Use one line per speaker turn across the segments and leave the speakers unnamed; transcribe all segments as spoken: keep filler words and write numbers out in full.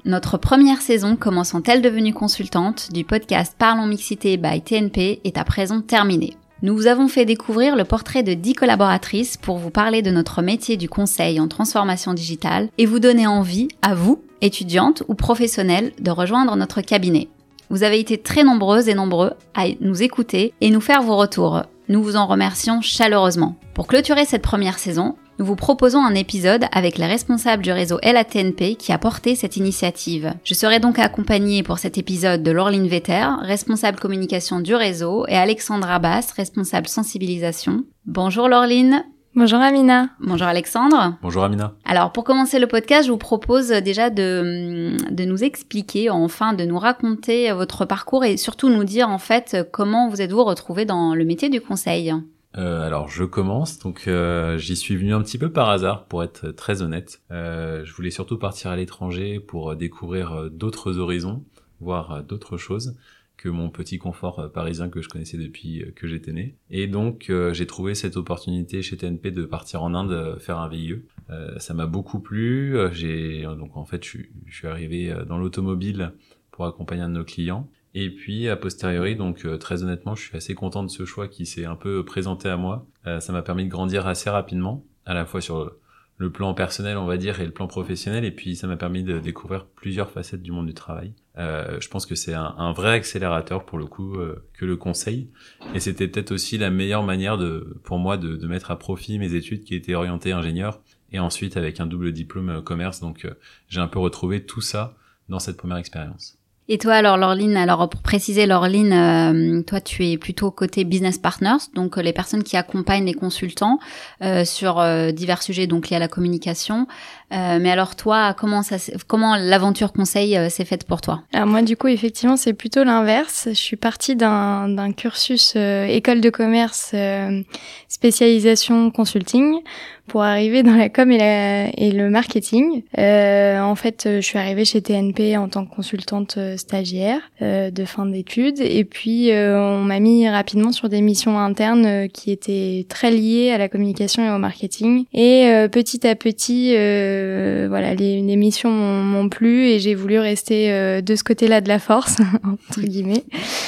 Notre première saison, Comment sont-elles devenues consultantes, du podcast Parlons Mixité by T N P est à présent terminée. Nous vous avons fait découvrir le portrait de dix collaboratrices pour vous parler de notre métier du conseil en transformation digitale et vous donner envie, à vous, étudiantes ou professionnelles, de rejoindre notre cabinet. Vous avez été très nombreuses et nombreux à nous écouter et nous faire vos retours. Nous vous en remercions chaleureusement. Pour clôturer cette première saison, nous vous proposons un épisode avec les responsables du réseau L A T N P qui a porté cette initiative. Je serai donc accompagnée pour cet épisode de Laureline Vetter, responsable communication du réseau, et Alexandre Abbas, responsable sensibilisation. Bonjour Laureline.
Bonjour Amina.
Bonjour Alexandre.
Bonjour Amina.
Alors pour commencer le podcast, je vous propose déjà de, de nous expliquer, enfin de nous raconter votre parcours et surtout nous dire en fait comment vous êtes-vous retrouvés dans le métier du conseil.
Euh, alors je commence, donc euh, j'y suis venu un petit peu par hasard pour être très honnête. Euh, je voulais surtout partir à l'étranger pour découvrir d'autres horizons, voir d'autres choses que mon petit confort parisien que je connaissais depuis que j'étais né. Et donc euh, j'ai trouvé cette opportunité chez T N P de partir en Inde faire un V I E. Euh, ça m'a beaucoup plu. J'ai donc en fait je suis, je suis arrivé dans l'automobile pour accompagner un de nos clients. Et puis, a posteriori, donc euh, très honnêtement, je suis assez content de ce choix qui s'est un peu présenté à moi. Euh, ça m'a permis de grandir assez rapidement, à la fois sur le, le plan personnel, on va dire, et le plan professionnel. Et puis, ça m'a permis de découvrir plusieurs facettes du monde du travail. Euh, je pense que c'est un, un vrai accélérateur, pour le coup, euh, que le conseil. Et c'était peut-être aussi la meilleure manière de, pour moi de, de mettre à profit mes études qui étaient orientées ingénieur. Et ensuite, avec un double diplôme euh, commerce. Donc, euh, j'ai un peu retrouvé tout ça dans cette première expérience.
Et toi alors Laureline, alors pour préciser Laureline, euh, toi tu es plutôt côté business partners, donc euh, les personnes qui accompagnent les consultants euh, sur euh, divers sujets donc liés à la communication. Euh, mais alors toi, comment ça, comment l'aventure conseil euh, s'est faite pour toi?
Alors moi du coup effectivement c'est plutôt l'inverse. Je suis partie d'un, d'un cursus euh, école de commerce euh, spécialisation consulting pour arriver dans la com et, la, et le marketing. Euh, en fait, je suis arrivée chez T N P en tant que consultante stagiaire euh, de fin d'études et puis euh, on m'a mis rapidement sur des missions internes euh, qui étaient très liées à la communication et au marketing. Et euh, petit à petit, euh, voilà, les, les missions m'ont, m'ont plu et j'ai voulu rester euh, de ce côté-là de la force, entre guillemets,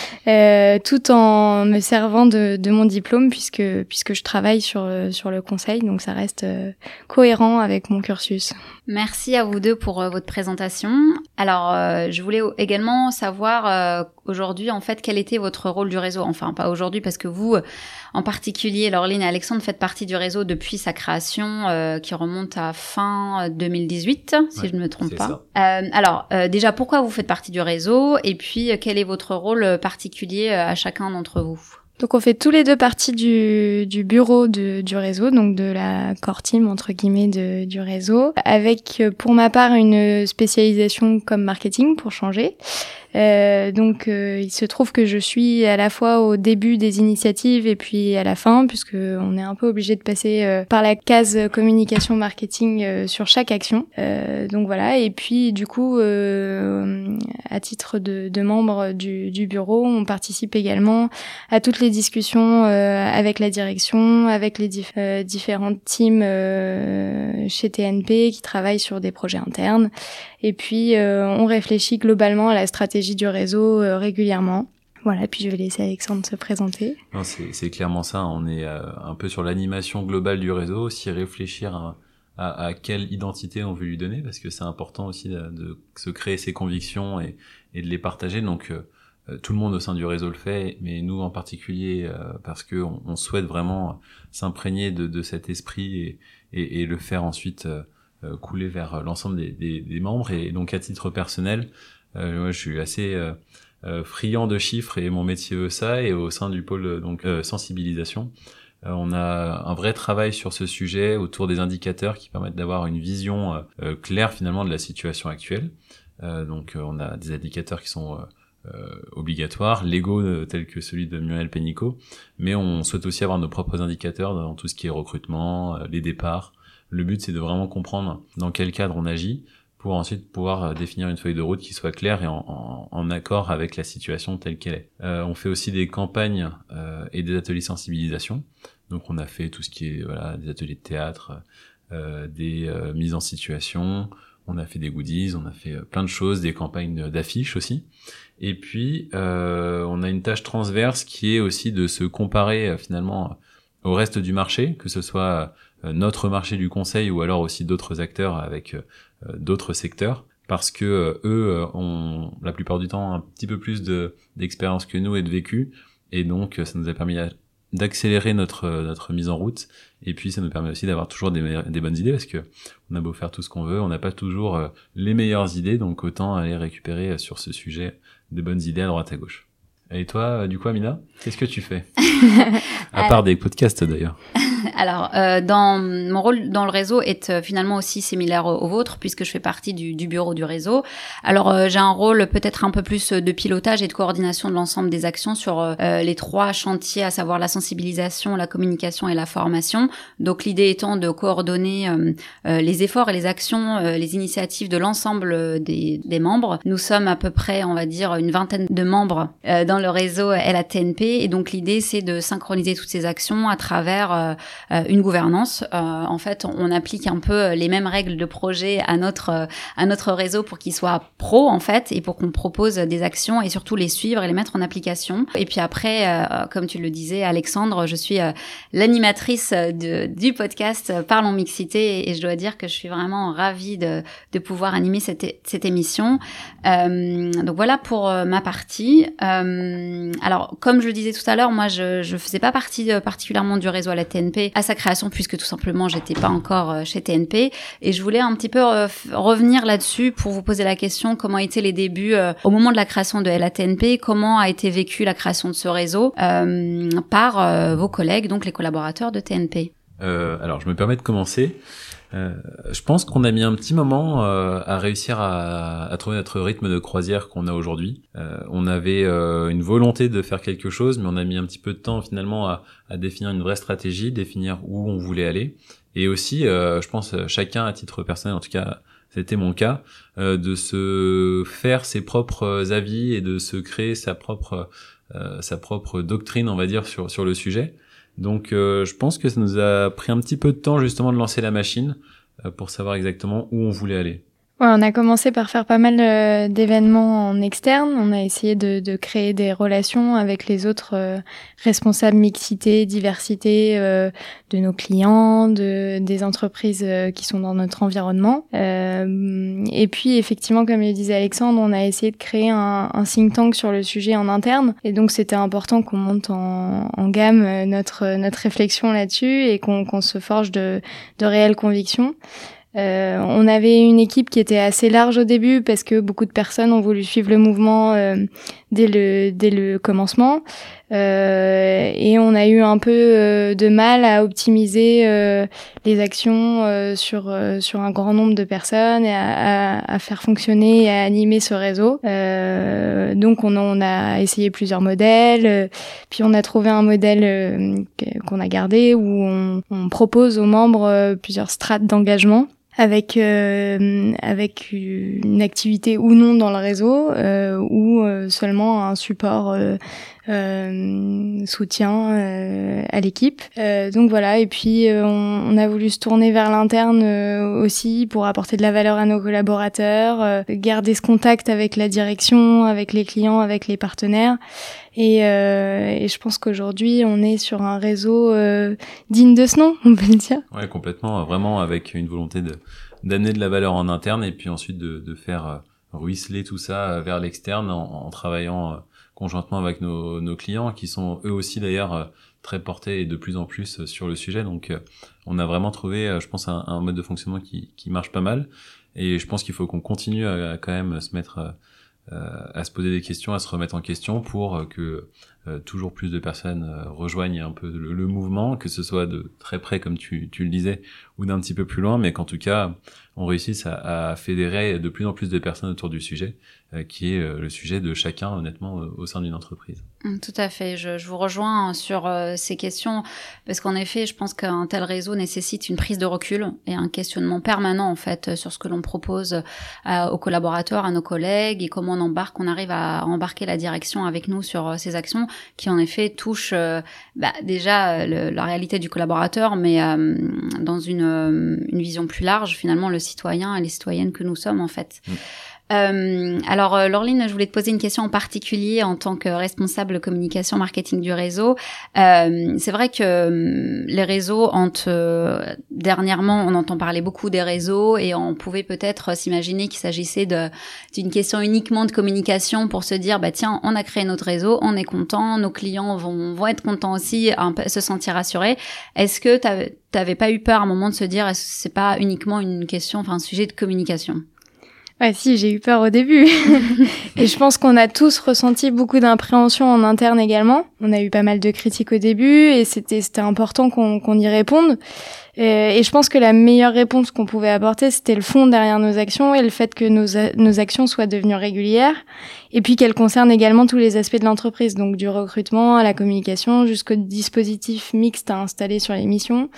euh, tout en me servant de, de mon diplôme puisque puisque je travaille sur sur le conseil, donc ça reste euh, cohérent avec mon cursus.
Merci à vous deux pour euh, votre présentation. Alors, euh, je voulais également savoir euh, aujourd'hui, en fait, quel était votre rôle du réseau. Enfin, pas aujourd'hui, parce que vous, euh, en particulier, Laureline et Alexandre, faites partie du réseau depuis sa création, euh, qui remonte à fin deux mille dix-huit, si ouais, je ne me trompe pas. Euh, alors, euh, déjà, pourquoi vous faites partie du réseau? Et puis, euh, quel est votre rôle particulier euh, à chacun d'entre vous?
Donc on fait tous les deux partie du, du bureau de, du réseau, donc de la core team entre guillemets de, du réseau, avec pour ma part une spécialisation comme marketing pour changer. Euh, donc euh, il se trouve que je suis à la fois au début des initiatives et puis à la fin, puisque on est un peu obligé de passer euh, par la case communication marketing euh, sur chaque action. Euh, donc voilà, et puis du coup euh, à titre de, de membre du, du bureau, on participe également à toutes les discussions euh, avec la direction, avec les dif- euh, différentes teams euh, chez T N P qui travaillent sur des projets internes. Et puis, euh, on réfléchit globalement à la stratégie du réseau euh, régulièrement. Voilà, puis je vais laisser Alexandre se présenter.
Non, c'est, c'est clairement ça. On est euh, un peu sur l'animation globale du réseau, aussi réfléchir à, à, à quelle identité on veut lui donner, parce que c'est important aussi de, de se créer ses convictions et, et de les partager. Donc, euh, tout le monde au sein du réseau le fait, mais nous en particulier, euh, parce que on, on souhaite vraiment s'imprégner de, de cet esprit et, et, et le faire ensuite euh, Euh, couler vers l'ensemble des, des, des membres. Et donc à titre personnel, euh, moi, je suis assez euh, euh, friand de chiffres et mon métier veut ça. Et au sein du pôle donc euh, sensibilisation, euh, on a un vrai travail sur ce sujet autour des indicateurs qui permettent d'avoir une vision euh, claire finalement de la situation actuelle. Euh, donc euh, on a des indicateurs qui sont euh, Euh, obligatoires, légaux euh, tels que celui de Muriel Pénicaud, mais on souhaite aussi avoir nos propres indicateurs dans tout ce qui est recrutement, euh, les départs. Le but c'est de vraiment comprendre dans quel cadre on agit pour ensuite pouvoir euh, définir une feuille de route qui soit claire et en, en, en accord avec la situation telle qu'elle est. Euh, on fait aussi des campagnes euh, et des ateliers sensibilisation. Donc on a fait tout ce qui est voilà des ateliers de théâtre, euh, des euh, mises en situation. On a fait des goodies, on a fait plein de choses, des campagnes d'affiches aussi. Et puis, euh, on a une tâche transverse qui est aussi de se comparer euh, finalement au reste du marché, que ce soit euh, notre marché du conseil ou alors aussi d'autres acteurs avec euh, d'autres secteurs, parce que euh, eux ont la plupart du temps un petit peu plus de d'expérience que nous et de vécu, et donc ça nous a permis à, d'accélérer notre notre mise en route. Et puis ça nous permet aussi d'avoir toujours des, me- des bonnes idées, parce que on a beau faire tout ce qu'on veut, on n'a pas toujours euh, les meilleures idées, donc autant aller récupérer euh, sur ce sujet des bonnes idées à droite à gauche. Et toi, euh, du coup, Amina, qu'est-ce que tu fais? À part des podcasts d'ailleurs.
Alors, euh, dans mon rôle dans le réseau est euh, finalement aussi similaire au, au vôtre, puisque je fais partie du, du bureau du réseau. Alors, euh, j'ai un rôle peut-être un peu plus de pilotage et de coordination de l'ensemble des actions sur euh, les trois chantiers, à savoir la sensibilisation, la communication et la formation. Donc, l'idée étant de coordonner euh, euh, les efforts et les actions, euh, les initiatives de l'ensemble des, des membres. Nous sommes à peu près, on va dire, une vingtaine de membres euh, dans le réseau L A T N P, et donc l'idée c'est de synchroniser toutes ces actions à travers euh, Euh, une gouvernance. Euh, en fait, on applique un peu les mêmes règles de projet à notre euh, à notre réseau pour qu'il soit pro en fait, et pour qu'on propose des actions et surtout les suivre et les mettre en application. Et puis après, euh, comme tu le disais, Alexandre, je suis euh, l'animatrice de, du podcast Parlons Mixité, et je dois dire que je suis vraiment ravie de de pouvoir animer cette cette émission. Euh, donc voilà pour euh, ma partie. Euh, alors, comme je le disais tout à l'heure, moi je je faisais pas partie euh, particulièrement du réseau à la T N P à sa création, puisque tout simplement j'étais pas encore chez T N P, et je voulais un petit peu euh, revenir là-dessus pour vous poser la question: comment étaient les débuts euh, au moment de la création de L A T N P, comment a été vécue la création de ce réseau euh, par euh, vos collègues, donc les collaborateurs de T N P?
Euh, alors, je me permets de commencer. Euh, je pense qu'on a mis un petit moment euh, à réussir à, à trouver notre rythme de croisière qu'on a aujourd'hui. Euh, on avait euh, une volonté de faire quelque chose, mais on a mis un petit peu de temps finalement à, à définir une vraie stratégie, définir où on voulait aller, et aussi, euh, je pense, chacun à titre personnel, en tout cas, c'était mon cas, euh, de se faire ses propres avis et de se créer sa propre euh, sa propre doctrine, on va dire, sur sur le sujet. Donc euh, je pense que ça nous a pris un petit peu de temps justement de lancer la machine euh, pour savoir exactement où on voulait aller.
Ouais, on a commencé par faire pas mal euh, d'événements en externe. On a essayé de, de créer des relations avec les autres euh, responsables mixité, diversité euh, de nos clients, de des entreprises euh, qui sont dans notre environnement. Euh, et puis effectivement, comme le disait Alexandre, on a essayé de créer un, un think tank sur le sujet en interne. Et donc c'était important qu'on monte en, en gamme notre notre réflexion là-dessus, et qu'on qu'on se forge de de réelles convictions. Euh, on avait une équipe qui était assez large au début, parce que beaucoup de personnes ont voulu suivre le mouvement euh, dès le dès le commencement, euh, et on a eu un peu euh, de mal à optimiser euh, les actions euh, sur euh, sur un grand nombre de personnes, et à, à, à faire fonctionner et à animer ce réseau. Euh, donc on, on a essayé plusieurs modèles, euh, puis on a trouvé un modèle euh, qu'on a gardé, où on, on propose aux membres euh, plusieurs strates d'engagement, avec euh, avec une activité ou non dans le réseau, euh, ou euh, seulement un support euh, euh, soutien euh, à l'équipe. Euh, donc voilà, et puis euh, on, on a voulu se tourner vers l'interne euh, aussi, pour apporter de la valeur à nos collaborateurs, euh, garder ce contact avec la direction, avec les clients, avec les partenaires. Et, euh, et je pense qu'aujourd'hui, on est sur un réseau euh, digne de ce nom, on peut le dire.
Ouais, complètement, vraiment avec une volonté de d'amener de la valeur en interne, et puis ensuite de, de faire ruisseler tout ça vers l'externe en, en travaillant conjointement avec nos, nos clients, qui sont eux aussi d'ailleurs très portés et de plus en plus sur le sujet. Donc on a vraiment trouvé, je pense, un, un mode de fonctionnement qui, qui marche pas mal, et je pense qu'il faut qu'on continue à, à quand même se mettre à se poser des questions, à se remettre en question, pour que euh, toujours plus de personnes euh, rejoignent un peu le, le mouvement, que ce soit de très près comme tu, tu le disais, ou d'un petit peu plus loin, mais qu'en tout cas on réussisse à, à fédérer de plus en plus de personnes autour du sujet, euh, qui est euh, le sujet de chacun, honnêtement, euh, au sein d'une entreprise.
Tout à fait, je, je vous rejoins sur euh, ces questions, parce qu'en effet, je pense qu'un tel réseau nécessite une prise de recul et un questionnement permanent en fait sur ce que l'on propose à, aux collaborateurs, à nos collègues, et comment on embarque, on arrive à embarquer la direction avec nous sur euh, ces actions qui en effet touchent euh, bah, déjà le, la réalité du collaborateur, mais euh, dans une, euh, une vision plus large, finalement, le citoyen et les citoyennes que nous sommes, en fait. Mmh. Euh, alors, euh, Laureline, je voulais te poser une question en particulier en tant que responsable communication marketing du réseau. Euh, c'est vrai que euh, les réseaux, entre, euh, dernièrement, on entend parler beaucoup des réseaux et on pouvait peut-être s'imaginer qu'il s'agissait de, d'une question uniquement de communication pour se dire, bah tiens, on a créé notre réseau, on est content, nos clients vont, vont être contents aussi, un peu, se sentir rassurés. Est-ce que t'avais, t'avais pas eu peur à un moment de se dire, est-ce que c'est pas uniquement une question, enfin un sujet de communication?
Ouais, si, j'ai eu peur au début. Et je pense qu'on a tous ressenti beaucoup d'impréhension en interne également. On a eu pas mal de critiques au début et c'était, c'était important qu'on, qu'on y réponde. Et, et je pense que la meilleure réponse qu'on pouvait apporter, c'était le fond derrière nos actions et le fait que nos, nos actions soient devenues régulières et puis qu'elles concernent également tous les aspects de l'entreprise, donc du recrutement à la communication jusqu'au dispositif mixte à installer sur les missions.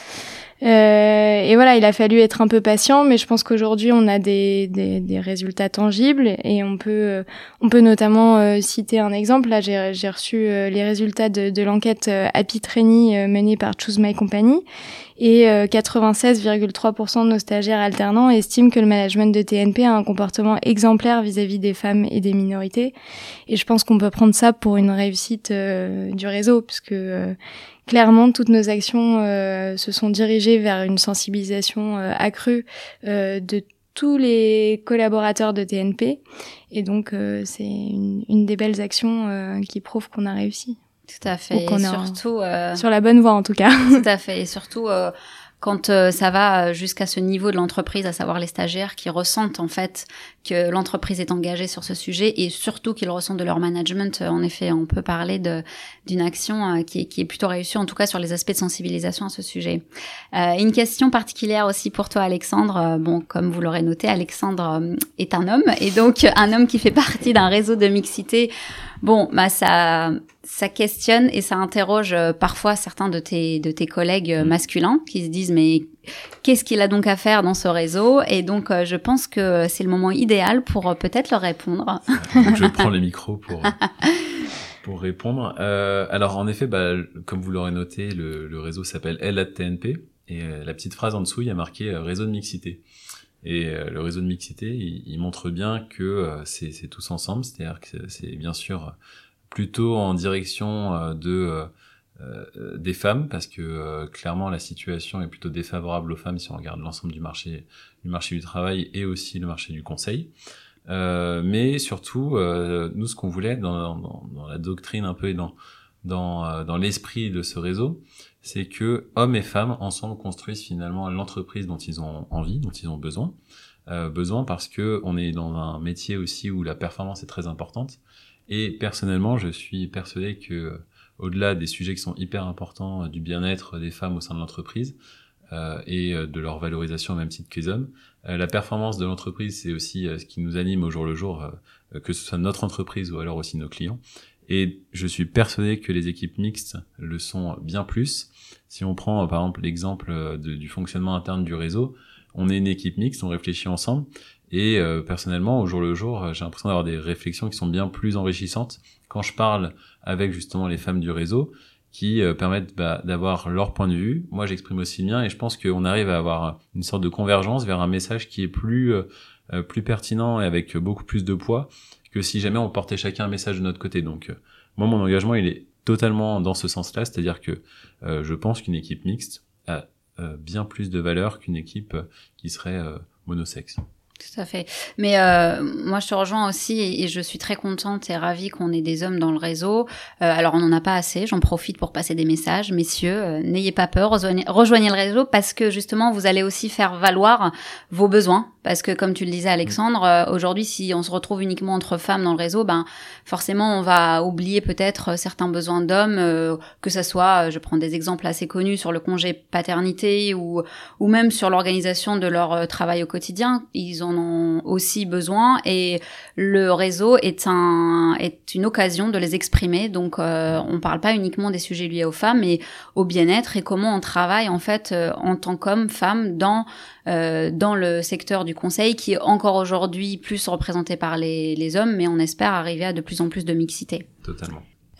Euh, et voilà, il a fallu être un peu patient, mais je pense qu'aujourd'hui on a des, des, des résultats tangibles et on peut, on peut notamment euh, citer un exemple. Là, j'ai, j'ai reçu euh, les résultats de, de l'enquête euh, Happy Trainee euh, menée par Choose My Company et euh, quatre-vingt-seize virgule trois pour cent de nos stagiaires alternants estiment que le management de T N P a un comportement exemplaire vis-à-vis des femmes et des minorités. Et je pense qu'on peut prendre ça pour une réussite euh, du réseau, puisque euh, clairement, toutes nos actions euh, se sont dirigées vers une sensibilisation euh, accrue euh, de tous les collaborateurs de T N P. Et donc, euh, c'est une, une des belles actions euh, qui prouve qu'on a réussi.
Tout à fait.
Qu'on
et
est
surtout,
en,
euh...
sur la bonne voie, en tout cas.
Tout à fait. Et surtout... Euh... quand euh, ça va jusqu'à ce niveau de l'entreprise, à savoir les stagiaires qui ressentent en fait que l'entreprise est engagée sur ce sujet et surtout qu'ils ressentent de leur management. En effet, on peut parler de d'une action euh, qui, est, qui est plutôt réussie, en tout cas sur les aspects de sensibilisation à ce sujet. Euh, une question particulière aussi pour toi, Alexandre. Euh, bon, comme vous l'aurez noté, Alexandre euh, est un homme et donc un homme qui fait partie d'un réseau de mixité. Bon, bah ça, ça questionne et ça interroge euh, parfois certains de tes de tes collègues euh, masculins qui se disent mais qu'est-ce qu'il a donc à faire dans ce réseau? Et donc euh, je pense que c'est le moment idéal pour euh, peut-être leur répondre.
Donc, je prends les micros pour pour répondre. Euh, alors en effet, bah, comme vous l'aurez noté, le, le réseau s'appelle L A T N P et euh, la petite phrase en dessous, il y a marqué euh, réseau de mixité. Et euh, le réseau de mixité, il, il montre bien que euh, c'est, c'est tous ensemble, c'est-à-dire que c'est, c'est bien sûr plutôt en direction euh, de euh, des femmes, parce que euh, clairement la situation est plutôt défavorable aux femmes si on regarde l'ensemble du marché du marché du travail et aussi le marché du conseil. Euh, mais surtout, euh, nous ce qu'on voulait dans, dans, dans la doctrine un peu et dans dans euh, dans l'esprit de ce réseau, c'est que hommes et femmes ensemble construisent finalement l'entreprise dont ils ont envie, dont ils ont besoin. Euh, besoin parce que on est dans un métier aussi où la performance est très importante. Et personnellement, je suis persuadé que au-delà des sujets qui sont hyper importants, du bien-être des femmes au sein de l'entreprise euh, et de leur valorisation au même titre que les hommes, euh, la performance de l'entreprise, c'est aussi euh, ce qui nous anime au jour le jour, euh, que ce soit notre entreprise ou alors aussi nos clients. Et je suis persuadé que les équipes mixtes le sont bien plus. Si on prend par exemple l'exemple de, du fonctionnement interne du réseau, on est une équipe mixte, on réfléchit ensemble. Et euh, personnellement, au jour le jour, j'ai l'impression d'avoir des réflexions qui sont bien plus enrichissantes quand je parle avec justement les femmes du réseau, qui euh, permettent bah, d'avoir leur point de vue. Moi, j'exprime aussi le mien, et je pense qu'on arrive à avoir une sorte de convergence vers un message qui est plus euh, plus pertinent et avec beaucoup plus de poids que si jamais on portait chacun un message de notre côté. Donc, euh, moi, mon engagement, il est totalement dans ce sens-là, c'est-à-dire que euh, je pense qu'une équipe mixte a euh, bien plus de valeur qu'une équipe euh, qui serait euh, monosexe.
Tout à fait. Mais euh, moi, je te rejoins aussi et, et je suis très contente et ravie qu'on ait des hommes dans le réseau. Euh, alors, on n'en a pas assez. J'en profite pour passer des messages. Messieurs, euh, n'ayez pas peur. Rejoignez, rejoignez le réseau parce que justement, vous allez aussi faire valoir vos besoins. Parce que comme tu le disais, Alexandre, euh, aujourd'hui, si on se retrouve uniquement entre femmes dans le réseau, ben forcément, on va oublier peut-être certains besoins d'hommes, euh, que ça soit, je prends des exemples assez connus sur le congé paternité ou ou même sur l'organisation de leur euh, travail au quotidien. Ils ont en ont aussi besoin et le réseau est un est une occasion de les exprimer. Donc euh, on parle pas uniquement des sujets liés aux femmes mais au bien-être et comment on travaille en fait euh, en tant qu'homme, femme dans euh, dans le secteur du conseil qui est encore aujourd'hui plus représenté par les les hommes, mais on espère arriver à de plus en plus de mixité.
Totalement.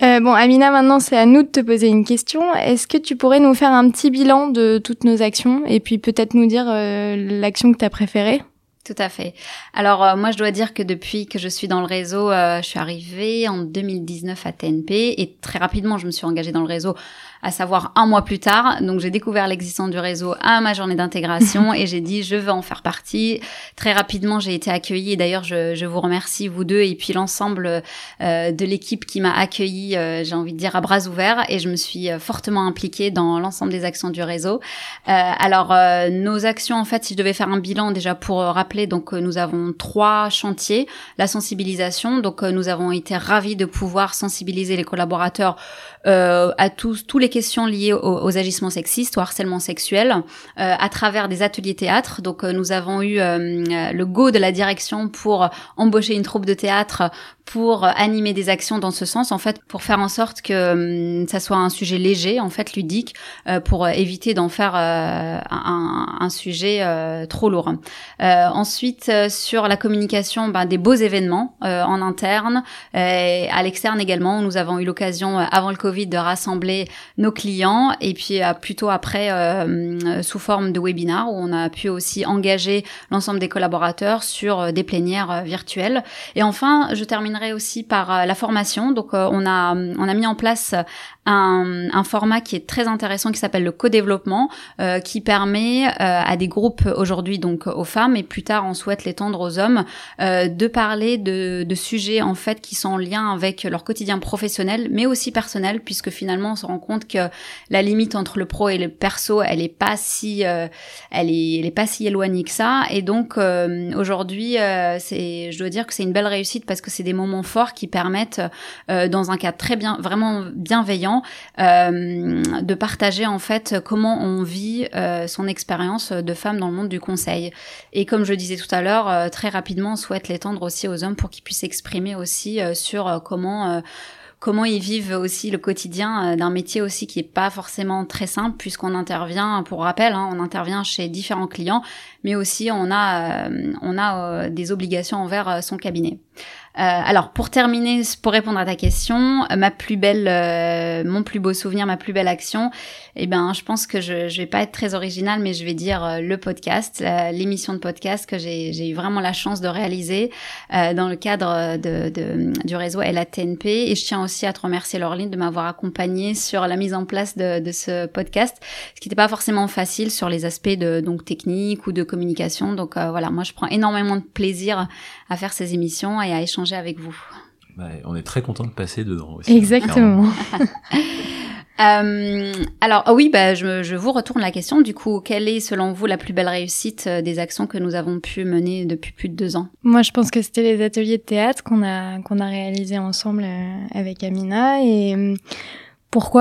Euh, bon, Amina, maintenant, c'est à nous de te poser une question. Est-ce que tu pourrais nous faire un petit bilan de toutes nos actions et puis peut-être nous dire euh, l'action que tu as préférée ?
Tout à fait. Alors euh, moi je dois dire que depuis que je suis dans le réseau, euh, je suis arrivée en deux mille dix-neuf à T N P et très rapidement je me suis engagée dans le réseau, à savoir un mois plus tard. Donc j'ai découvert l'existence du réseau à ma journée d'intégration et j'ai dit je veux en faire partie. Très rapidement j'ai été accueillie et d'ailleurs je, je vous remercie vous deux et puis l'ensemble euh, de l'équipe qui m'a accueillie, euh, j'ai envie de dire à bras ouverts, et je me suis euh, fortement impliquée dans l'ensemble des actions du réseau. Euh, alors euh, nos actions en fait, si je devais faire un bilan déjà pour euh, rappeler, donc euh, nous avons trois chantiers. La sensibilisation, donc euh, nous avons été ravis de pouvoir sensibiliser les collaborateurs euh, à tous tous les questions liées aux, aux agissements sexistes, au harcèlement sexuel, euh, à travers des ateliers théâtre. Donc euh, nous avons eu euh, le go de la direction pour embaucher une troupe de théâtre pour animer des actions dans ce sens, en fait, pour faire en sorte que euh, ça soit un sujet léger, en fait, ludique, euh, pour éviter d'en faire euh, un, un sujet euh, trop lourd. Euh, ensuite, euh, sur la communication, ben, des beaux événements euh, en interne, et à l'externe également. Nous avons eu l'occasion, euh, avant le Covid, de rassembler nos clients, et puis euh, plutôt après, euh, sous forme de webinaire, où on a pu aussi engager l'ensemble des collaborateurs sur euh, des plénières euh, virtuelles. Et enfin, je terminerai aussi par euh, la formation. Donc, euh, on a on a mis en place un, un format qui est très intéressant qui s'appelle le co-développement, euh, qui permet euh, à des groupes aujourd'hui, donc aux femmes, et plus tard on souhaite l'étendre aux hommes, euh, de parler de, de sujets en fait qui sont en lien avec leur quotidien professionnel, mais aussi personnel, puisque finalement on se rend compte que la limite entre le pro et le perso, elle est pas si euh, elle est elle est pas si éloignée que ça. Et donc euh, aujourd'hui, euh, c'est je dois dire que c'est une belle réussite parce que c'est des moments forts qui permettent, euh, dans un cadre très bien, vraiment bienveillant, Euh, de partager en fait comment on vit euh, son expérience de femme dans le monde du conseil. Et comme je disais tout à l'heure, euh, très rapidement on souhaite l'étendre aussi aux hommes pour qu'ils puissent s'exprimer aussi euh, sur euh, comment euh, comment ils vivent aussi le quotidien d'un métier aussi qui est pas forcément très simple, puisqu'on intervient, pour rappel, hein, on intervient chez différents clients, mais aussi on a euh, on a euh, des obligations envers euh, son cabinet. Euh, alors pour terminer, pour répondre à ta question, euh, ma plus belle, euh, mon plus beau souvenir, ma plus belle action, eh ben je pense que je je vais pas être très originale, mais je vais dire euh, le podcast, euh, l'émission de podcast que j'ai j'ai eu vraiment la chance de réaliser euh, dans le cadre de, de du réseau L A T N P. Et je tiens aussi à te remercier, Laureline, de m'avoir accompagnée sur la mise en place de de ce podcast, ce qui n'était pas forcément facile sur les aspects de donc techniques ou de communication. Donc euh, voilà, moi je prends énormément de plaisir à faire ces émissions et à échanger avec vous.
Bah, on est très content de passer dedans aussi.
Exactement.
euh, alors oh oui, bah, je, je vous retourne la question. Du coup, quelle est selon vous la plus belle réussite des actions que nous avons pu mener depuis plus de deux ans ?
Moi, je pense que c'était les ateliers de théâtre qu'on a qu'on a réalisés ensemble avec Amina. Et pourquoi ?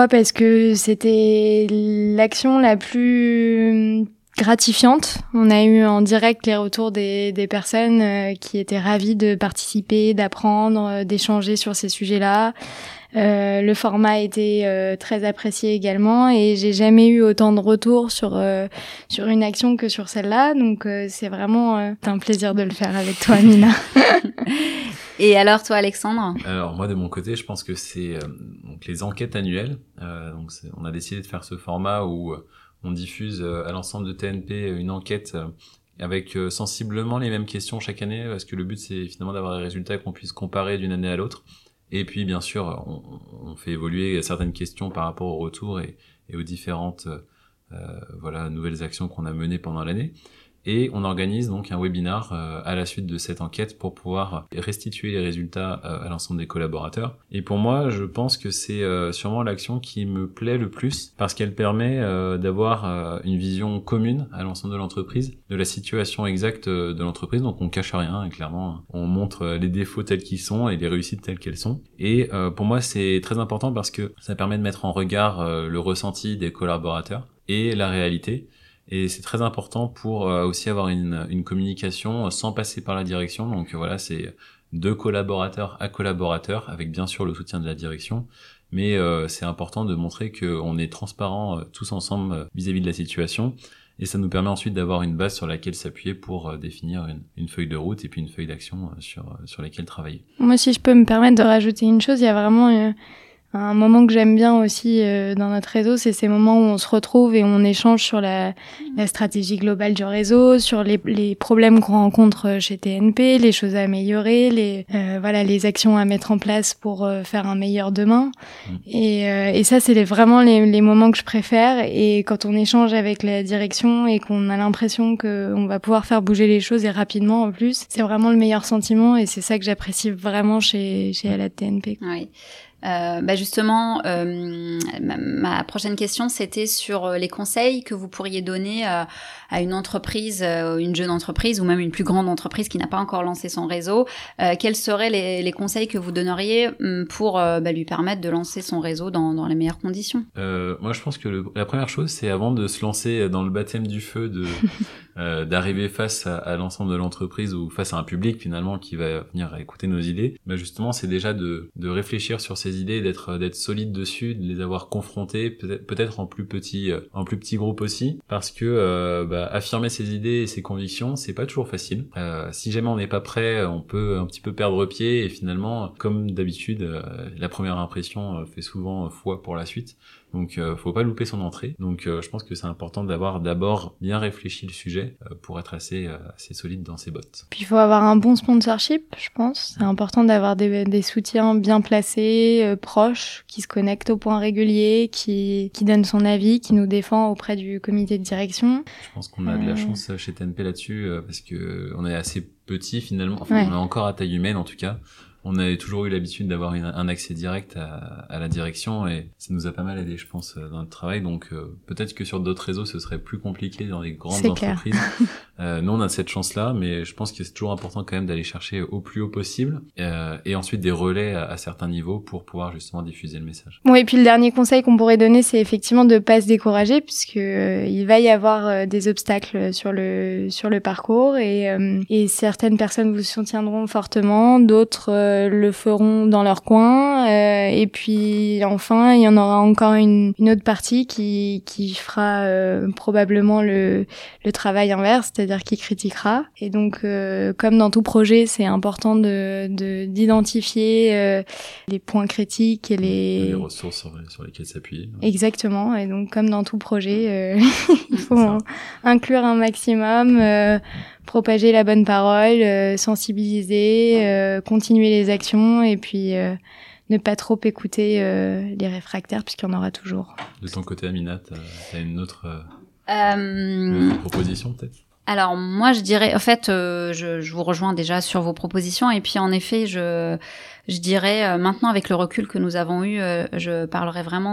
Parce que c'était l'action la plus gratifiante. On a eu en direct les retours des, des personnes euh, qui étaient ravies de participer, d'apprendre, euh, d'échanger sur ces sujets-là. Euh, le format a été euh, très apprécié également et j'ai jamais eu autant de retours sur euh, sur une action que sur celle-là. Donc euh, c'est vraiment euh, un plaisir de le faire avec toi, Amina.
Et alors toi, Alexandre ?
Alors moi de mon côté, je pense que c'est euh, donc les enquêtes annuelles. Euh, donc c'est, on a décidé de faire ce format où euh, on diffuse euh, à l'ensemble de T N P une enquête euh, avec euh, sensiblement les mêmes questions chaque année, parce que le but c'est finalement d'avoir des résultats qu'on puisse comparer d'une année à l'autre. Et puis bien sûr, on, on fait évoluer certaines questions par rapport au retour et, et aux différentes euh, voilà nouvelles actions qu'on a menées pendant l'année. Et on organise donc un webinar euh, à la suite de cette enquête pour pouvoir restituer les résultats euh, à l'ensemble des collaborateurs. Et pour moi, je pense que c'est euh, sûrement l'action qui me plaît le plus parce qu'elle permet euh, d'avoir euh, une vision commune à l'ensemble de l'entreprise, de la situation exacte de l'entreprise. Donc on cache rien, et clairement, on montre les défauts tels qu'ils sont et les réussites telles qu'elles sont. Et euh, pour moi, c'est très important parce que ça permet de mettre en regard euh, le ressenti des collaborateurs et la réalité. Et c'est très important pour euh, aussi avoir une, une communication sans passer par la direction. Donc voilà, c'est de collaborateur à collaborateur, avec bien sûr le soutien de la direction. Mais euh, c'est important de montrer qu'on est transparent euh, tous ensemble euh, vis-à-vis de la situation. Et ça nous permet ensuite d'avoir une base sur laquelle s'appuyer pour euh, définir une, une feuille de route et puis une feuille d'action euh, sur, euh, sur laquelle travailler.
Moi, si je peux me permettre de rajouter une chose, il y a vraiment... Euh... Un moment que j'aime bien aussi euh, dans notre réseau, c'est ces moments où on se retrouve et on échange sur la, la stratégie globale du réseau, sur les, les problèmes qu'on rencontre chez T N P, les choses à améliorer, les euh, voilà les actions à mettre en place pour euh, faire un meilleur demain. Mmh. Et, euh, et ça, c'est les, vraiment les, les moments que je préfère. Et quand on échange avec la direction et qu'on a l'impression qu'on va pouvoir faire bouger les choses et rapidement en plus, c'est vraiment le meilleur sentiment et c'est ça que j'apprécie vraiment chez chez Alad T N P.
Oui. Euh, bah justement, euh, ma, ma prochaine question, c'était sur les conseils que vous pourriez donner euh, à une entreprise, euh, une jeune entreprise ou même une plus grande entreprise qui n'a pas encore lancé son réseau. Euh, quels seraient les, les conseils que vous donneriez pour euh, bah, lui permettre de lancer son réseau dans, dans les meilleures conditions?
euh, Moi, je pense que le, la première chose, c'est avant de se lancer dans le baptême du feu, de euh, d'arriver face à, à l'ensemble de l'entreprise ou face à un public finalement qui va venir écouter nos idées. Bah, justement, c'est déjà de, de réfléchir sur ces idées, d'être d'être solide dessus, de les avoir confrontées, peut-être peut-être en plus petit en plus petit groupe aussi, parce que euh, bah, affirmer ses idées et ses convictions, c'est pas toujours facile. Euh, si jamais on n'est pas prêt, on peut un petit peu perdre pied et finalement, comme d'habitude, euh, la première impression fait souvent foi pour la suite. Donc euh, faut pas louper son entrée. Donc euh, je pense que c'est important d'avoir d'abord bien réfléchi le sujet euh, pour être assez euh, assez solide dans ses bottes.
Puis il faut avoir un bon sponsorship, je pense. C'est important d'avoir des des soutiens bien placés, euh, proches, qui se connectent au point régulier, qui qui donnent son avis, qui nous défend auprès du comité de direction.
Je pense qu'on a de la chance chez T N P là-dessus euh, parce que on est assez petit finalement. Enfin, ouais. On est encore à taille humaine en tout cas. On avait toujours eu l'habitude d'avoir une, un accès direct à, à la direction et ça nous a pas mal aidé, je pense, dans notre travail. Donc euh, peut-être que sur d'autres réseaux, ce serait plus compliqué dans les grandes
c'est
entreprises. euh, nous, on a cette chance-là, mais je pense que c'est toujours important quand même d'aller chercher au plus haut possible euh, et ensuite des relais à, à certains niveaux pour pouvoir justement diffuser le message.
Bon, et puis le dernier conseil qu'on pourrait donner, c'est effectivement de pas se décourager puisque euh, il va y avoir euh, des obstacles sur le sur le parcours et euh, et certaines personnes vous soutiendront fortement, d'autres euh, le feront dans leur coin euh, et puis enfin il y en aura encore une, une autre partie qui qui fera euh, probablement le le travail inverse, c'est-à-dire qui critiquera et donc euh, comme dans tout projet c'est important de de d'identifier euh, les points critiques et les
les ressources sur, sur lesquelles s'appuyer.
Exactement, et donc comme dans tout projet euh, il faut en, inclure un maximum, euh, propager la bonne parole, euh, sensibiliser, euh, continuer les actions et puis euh, ne pas trop écouter euh, les réfractaires puisqu'il y en aura toujours.
De ton côté, Amina, t'as, t'as une autre, euh,
euh...
une autre proposition peut-être?
Alors moi je dirais, en fait, euh, je, je vous rejoins déjà sur vos propositions et puis en effet je je dirais euh, maintenant avec le recul que nous avons eu, euh, je parlerai vraiment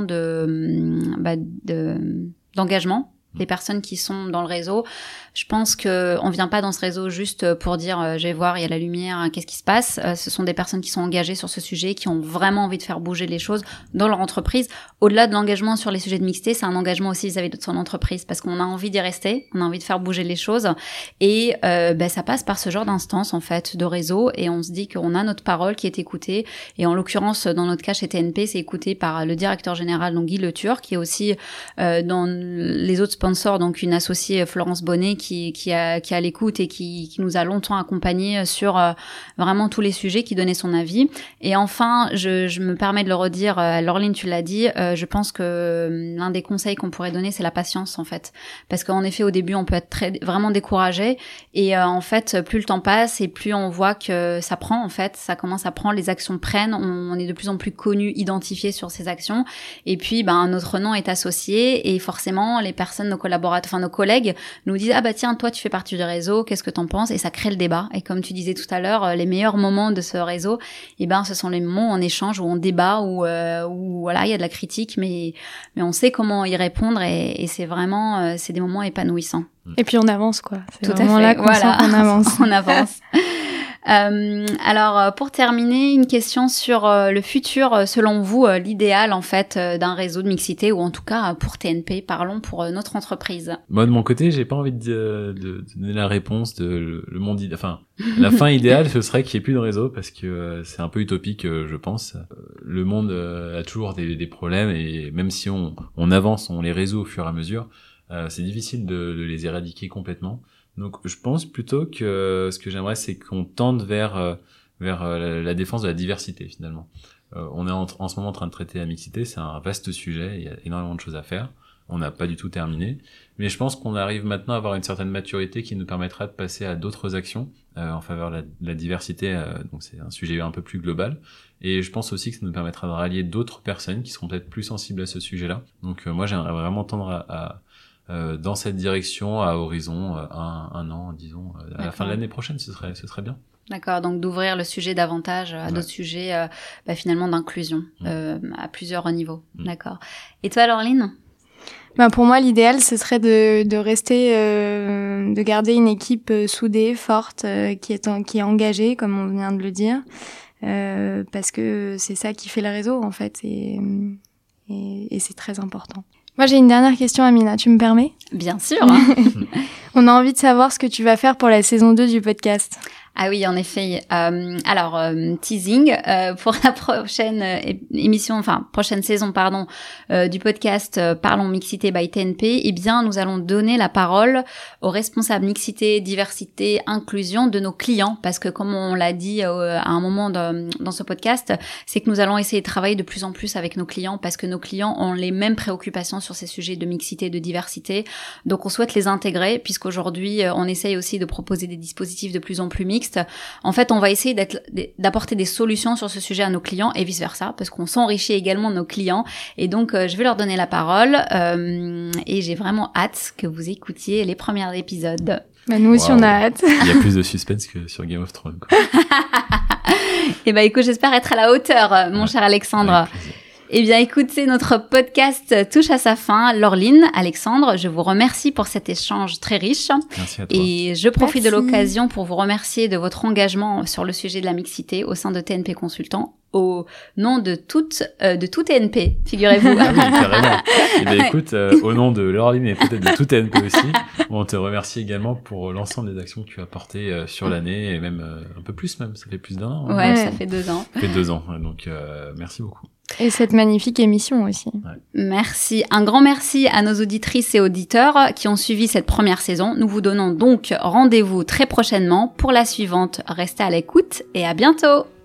de bah, de d'engagement. Les personnes qui sont dans le réseau, je pense que on vient pas dans ce réseau juste pour dire euh, je vais voir, il y a la lumière, hein, qu'est-ce qui se passe. Euh, ce sont des personnes qui sont engagées sur ce sujet, qui ont vraiment envie de faire bouger les choses dans leur entreprise. Au-delà de l'engagement sur les sujets de mixité, c'est un engagement aussi vis-à-vis de son entreprise parce qu'on a envie d'y rester, on a envie de faire bouger les choses et euh, ben ça passe par ce genre d'instance en fait de réseau et on se dit qu'on a notre parole qui est écoutée et en l'occurrence dans notre cas chez T N P c'est écouté par le directeur général donc Guy Le Turc qui est aussi euh, dans les autres sponsors donc une associée Florence Bonnet qui qui a qui a l'écoute et qui qui nous a longtemps accompagnés sur euh, vraiment tous les sujets, qui donnait son avis. Et enfin, je je me permets de le redire, euh, Laureline, tu l'as dit, euh, je pense que l'un des conseils qu'on pourrait donner c'est la patience en fait, parce qu'en effet au début on peut être très vraiment découragé et euh, en fait plus le temps passe et plus on voit que ça prend en fait, ça commence à prendre, les actions prennent, on, on est de plus en plus connu, identifié sur ces actions et puis ben notre nom est associé et forcément les personnes, nos collaborateurs, enfin nos collègues nous disent ah bah tiens toi tu fais partie du réseau, qu'est-ce que t'en penses, et ça crée le débat. Et comme tu disais tout à l'heure, les meilleurs moments de ce réseau, et ben ce sont les moments où on échange, où on débat, où euh, où voilà il y a de la critique, mais mais on sait comment y répondre et, et c'est vraiment euh, c'est des moments épanouissants.
Et puis on avance quoi. C'est
tout
vraiment
à fait.
Là qu'on
voilà.
sent qu'on avance.
on avance. Euh, alors, pour terminer, une question sur euh, le futur, selon vous, euh, l'idéal en fait euh, d'un réseau de mixité, ou en tout cas pour T N P, parlons pour euh, notre entreprise.
Moi, de mon côté, j'ai pas envie de, de, de donner la réponse de le, le monde idéal. Enfin, la fin idéale, ce serait qu'il n'y ait plus de réseau, parce que euh, c'est un peu utopique, euh, je pense. Euh, le monde euh, a toujours des, des problèmes, et même si on, on avance, on les résout au fur et à mesure, euh, c'est difficile de, de les éradiquer complètement. Donc je pense plutôt que ce que j'aimerais c'est qu'on tende vers euh, vers euh, la défense de la diversité finalement. euh, on est en, en ce moment en train de traiter la mixité, c'est un vaste sujet, il y a énormément de choses à faire. On n'a pas du tout terminé, mais je pense qu'on arrive maintenant à avoir une certaine maturité qui nous permettra de passer à d'autres actions euh, en faveur de la, de la diversité. Euh, donc c'est un sujet un peu plus global, et je pense aussi que ça nous permettra de rallier d'autres personnes qui seront peut-être plus sensibles à ce sujet-là. Donc euh, moi j'aimerais vraiment tendre à, à euh, dans cette direction à horizon euh, un, un an, disons, euh, à D'accord. la fin de l'année prochaine, ce serait, ce serait bien.
D'accord, donc d'ouvrir le sujet davantage à ouais. d'autres sujets euh, bah, finalement d'inclusion mmh. euh, à plusieurs niveaux. Mmh. D'accord. Et toi, Laureline ?
Ben pour moi, l'idéal, ce serait de, de rester, euh, de garder une équipe soudée, forte, euh, qui est en, qui est engagée, comme on vient de le dire, euh, parce que c'est ça qui fait le réseau, en fait, et, et, et c'est très important. Moi, j'ai une dernière question, Amina, tu me permets ?
Bien sûr. Hein.
On a envie de savoir ce que tu vas faire pour la saison deux du podcast.
Ah oui, en effet. Euh, alors, euh, teasing, euh, pour la prochaine euh, émission, enfin, prochaine saison, pardon, euh, du podcast euh, Parlons Mixité by T N P, eh bien, nous allons donner la parole aux responsables mixité, diversité, inclusion de nos clients, parce que comme on l'a dit euh, à un moment de, dans ce podcast, c'est que nous allons essayer de travailler de plus en plus avec nos clients, parce que nos clients ont les mêmes préoccupations sur ces sujets de mixité, de diversité. Donc, on souhaite les intégrer, puisqu'aujourd'hui, euh, on essaye aussi de proposer des dispositifs de plus en plus mixtes. En fait, on va essayer d'être, d'apporter des solutions sur ce sujet à nos clients et vice-versa, parce qu'on s'enrichit également de nos clients. Et donc, euh, je vais leur donner la parole euh, et j'ai vraiment hâte que vous écoutiez les premiers épisodes.
Bah, nous aussi, wow. on a hâte.
Il y a plus de suspense que sur Game of Thrones, quoi.
Et bah, écoute, j'espère être à la hauteur, mon ouais, cher Alexandre. Eh bien, écoutez, notre podcast touche à sa fin. Laureline, Alexandre, je vous remercie pour cet échange très riche.
Merci à toi.
Et je profite
Merci.
de l'occasion pour vous remercier de votre engagement sur le sujet de la mixité au sein de T N P Consultant, au nom de toute, euh, de tout T N P, figurez-vous.
Ah oui, carrément. Eh bien, écoute, euh, au nom de Laureline et peut-être de tout T N P aussi, on te remercie également pour l'ensemble des actions que tu as portées euh, sur l'année et même euh, un peu plus même. Ça fait plus d'un an.
Ouais,
hein.
ça fait deux ans.
Ça fait deux ans. Donc, euh, merci beaucoup.
Et cette magnifique émission aussi.
Ouais.
Merci. Un grand merci à nos auditrices et auditeurs qui ont suivi cette première saison. Nous vous donnons donc rendez-vous très prochainement pour la suivante. Restez à l'écoute et à bientôt.